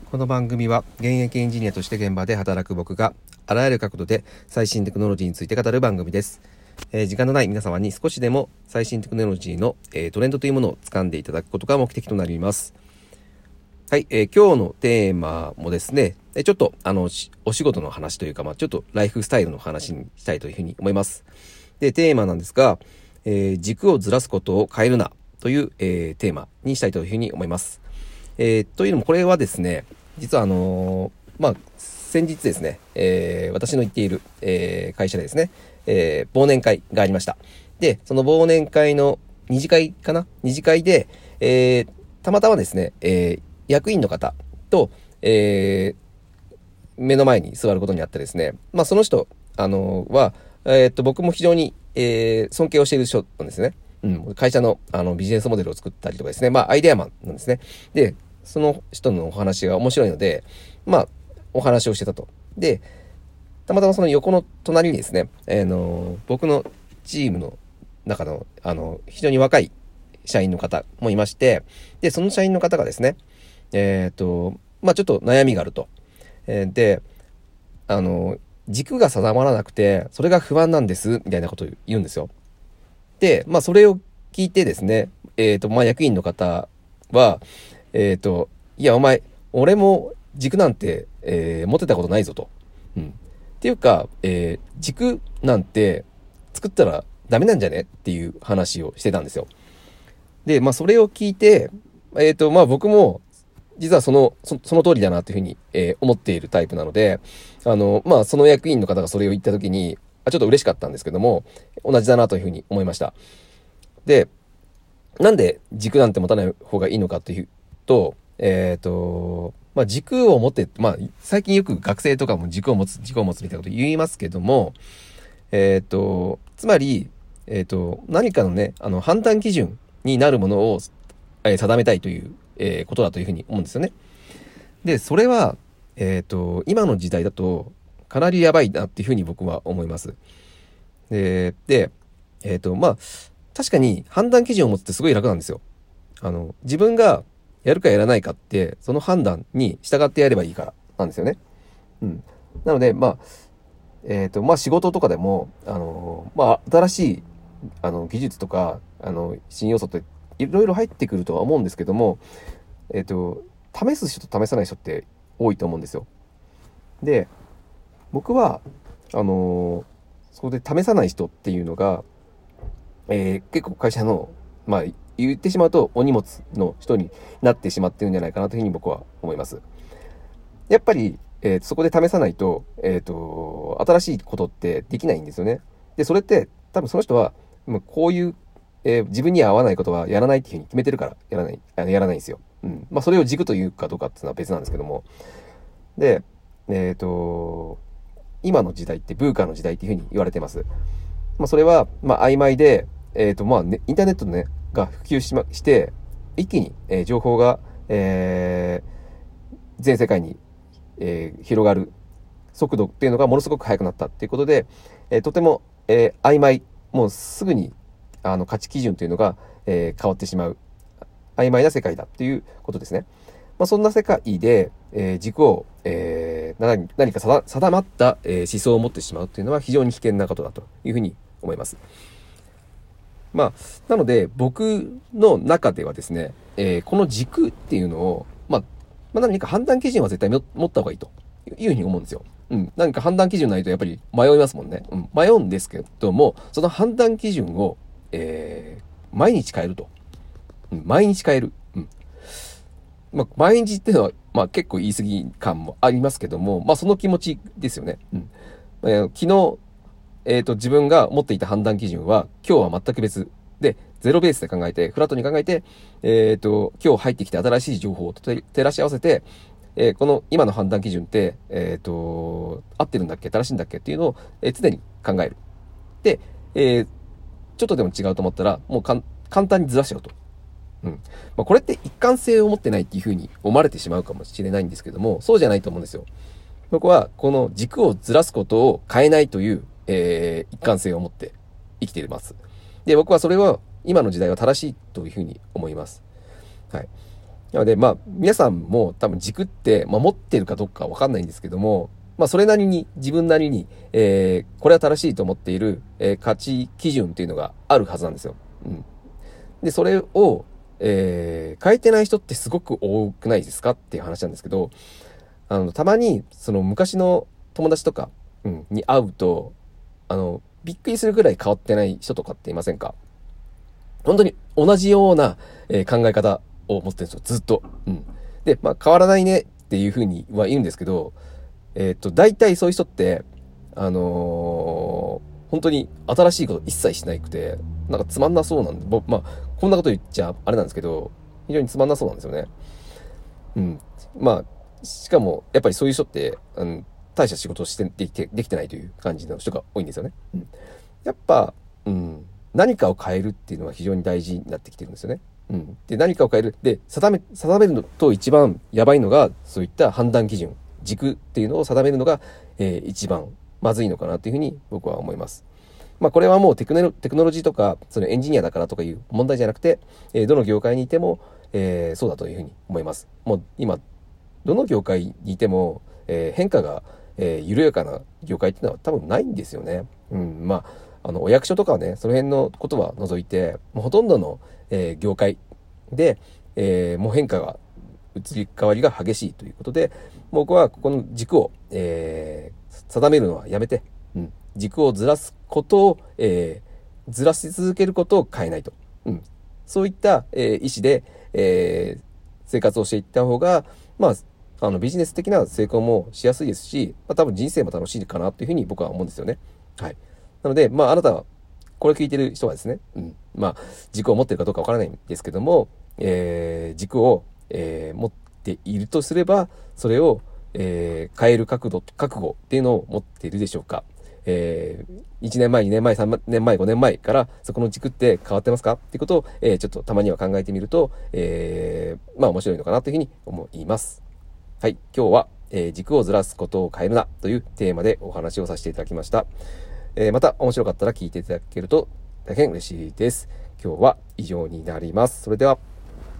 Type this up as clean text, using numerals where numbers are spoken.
この番組は現役エンジニアとして現場で働く僕があらゆる角度で最新テクノロジーについて語る番組です。時間のない皆様に少しでも最新テクノロジーの、トレンドというものを掴んでいただくことが目的となります。はい、今日のテーマもですね、ちょっとお仕事の話というか、ちょっとライフスタイルの話にしたいというふうに思います。で、テーマなんですが、軸をずらすことを変えるなという、テーマにしたいというふうに思います。というのもこれはですね、実は先日ですね、私の行っている、会社でですね、忘年会がありました。で、その忘年会の二次会で、たまたまですね、役員の方と、目の前に座ることになってですね、その人、は、僕も非常に、尊敬をしている人なんですね。会社の、ビジネスモデルを作ったりとかですね、アイデアマンなんですね。で、その人のお話が面白いので、お話をしてたと。で、たまたまその横の隣にですね、僕のチームの中の、非常に若い社員の方もいまして、で、その社員の方がですね、ちょっと悩みがあると。で、軸が定まらなくて、それが不安なんです、みたいなことを言うんですよ。で、それを聞いてですね、役員の方は、いや、お前、俺も軸なんて、持ってたことないぞと。っていうか、軸なんて作ったらダメなんじゃねっていう話をしてたんですよ。で、それを聞いて、僕も、実はその通りだなというふうに、思っているタイプなので、その役員の方がそれを言ったときに、ちょっと嬉しかったんですけども、同じだなというふうに思いました。で、なんで軸なんて持たない方がいいのかっていうと、軸を持って、最近よく学生とかも軸を持つみたいなこと言いますけども、つまり、何かのね、判断基準になるものを、定めたいという、ことだというふうに思うんですよね。で、それは、今の時代だと、かなりやばいなっていうふうに僕は思います。で、確かに判断基準を持つってすごい楽なんですよ。自分がやるかやらないかって、その判断に従ってやればいいからなんですよね。なので、仕事とかでも、新しい、技術とか、新要素っていろいろ入ってくるとは思うんですけども、試す人と試さない人って多いと思うんですよ。で、僕は、そこで試さない人っていうのが、結構会社の、言ってしまうとお荷物の人になってしまってるんじゃないかなというふうに僕は思います。やっぱり、そこで試さないと、新しいことってできないんですよね。で、それって多分その人は、こういう、自分には合わないことはやらないっていうふうに決めてるからやらないんですよ。それを軸というかどうかっていうのは別なんですけども。で、今の時代ってブーカの時代っていうふうに言われてます。それは、曖昧で、インターネットのね、が普及して、一気に、情報が、全世界に、広がる速度っていうのがものすごく速くなったっていうことで、とても、曖昧、もうすぐに、価値基準というのが、変わってしまう。曖昧な世界だっていうことですね。そんな世界で、軸を、何か定まった、思想を持ってしまうっていうのは非常に危険なことだというふうに思います。なので僕の中ではですね、この軸っていうのを、何か判断基準は絶対持った方がいいというふうに思うんですよ。何か判断基準ないとやっぱり迷いますもんね。迷うんですけども、その判断基準を、毎日変えると。毎日変える。毎日っていうのは、結構言い過ぎ感もありますけども、その気持ちですよね。昨日、自分が持っていた判断基準は、今日は全く別で、ゼロベースで考えて、フラットに考えて、今日入ってきた新しい情報と照らし合わせて、この今の判断基準って、合ってるんだっけ、正しいんだっけっていうのを、常に考える。で、ちょっとでも違うと思ったら、もう簡単にずらしちゃうと。これって一貫性を持ってないっていうふうに思われてしまうかもしれないんですけども、そうじゃないと思うんですよ。僕はこの軸をずらすことを変えないという、一貫性を持って生きています。で、僕はそれは今の時代は正しいというふうに思います。はい。 なので、皆さんも多分軸って持ってるかどうかわかんないんですけども、それなりに、自分なりに、これは正しいと思っている、価値基準っていうのがあるはずなんですよ。うん。で、それを、変えてない人ってすごく多くないですかっていう話なんですけど、たまに、その昔の友達とか、に会うと、びっくりするぐらい変わってない人とかっていませんか？本当に同じような、考え方を持ってるんですよ、ずっと。うん。で、変わらないねっていうふうには言うんですけど、大体そういう人って、本当に新しいこと一切しなくて、なんかつまんなそうなんで、こんなこと言っちゃあれなんですけど、非常につまんなそうなんですよね。うん。しかも、やっぱりそういう人って、大した仕事をできてないという感じの人が多いんですよね。うん。やっぱ、何かを変えるっていうのは非常に大事になってきてるんですよね。うん。で、何かを変える。で、定めるのと一番やばいのが、そういった判断基準、軸っていうのを定めるのが、一番まずいのかなというふうに僕は思います。これはもうテクノロジーとか、そのエンジニアだからとかいう問題じゃなくて、どの業界にいても、そうだというふうに思います。もう今、どの業界にいても、変化が、緩やかな業界っていうのは多分ないんですよね。うん、お役所とかはね、その辺のことは除いて、もうほとんどの、業界で、もう変化が、移り変わりが激しいということで、僕はここの軸を、定めるのはやめて、軸をずらすことを、ずらし続けることを変えないと。そういった、意思で、生活をしていった方が、ビジネス的な成功もしやすいですし、多分人生も楽しいかなというふうに僕は思うんですよね。はい。なので、あなたは、これ聞いてる人はですね、軸を持っているかどうかわからないんですけども、軸を、持っているとすれば、それを、変える覚悟っていうのを持っているでしょうか。1年前、2年前、3年前、5年前からそこの軸って変わってますかっていうことを、ちょっとたまには考えてみると、面白いのかなというふうに思います。はい。今日は、軸をずらすことを変えるなというテーマでお話をさせていただきました。また面白かったら聞いていただけると大変嬉しいです。今日は以上になります。それでは。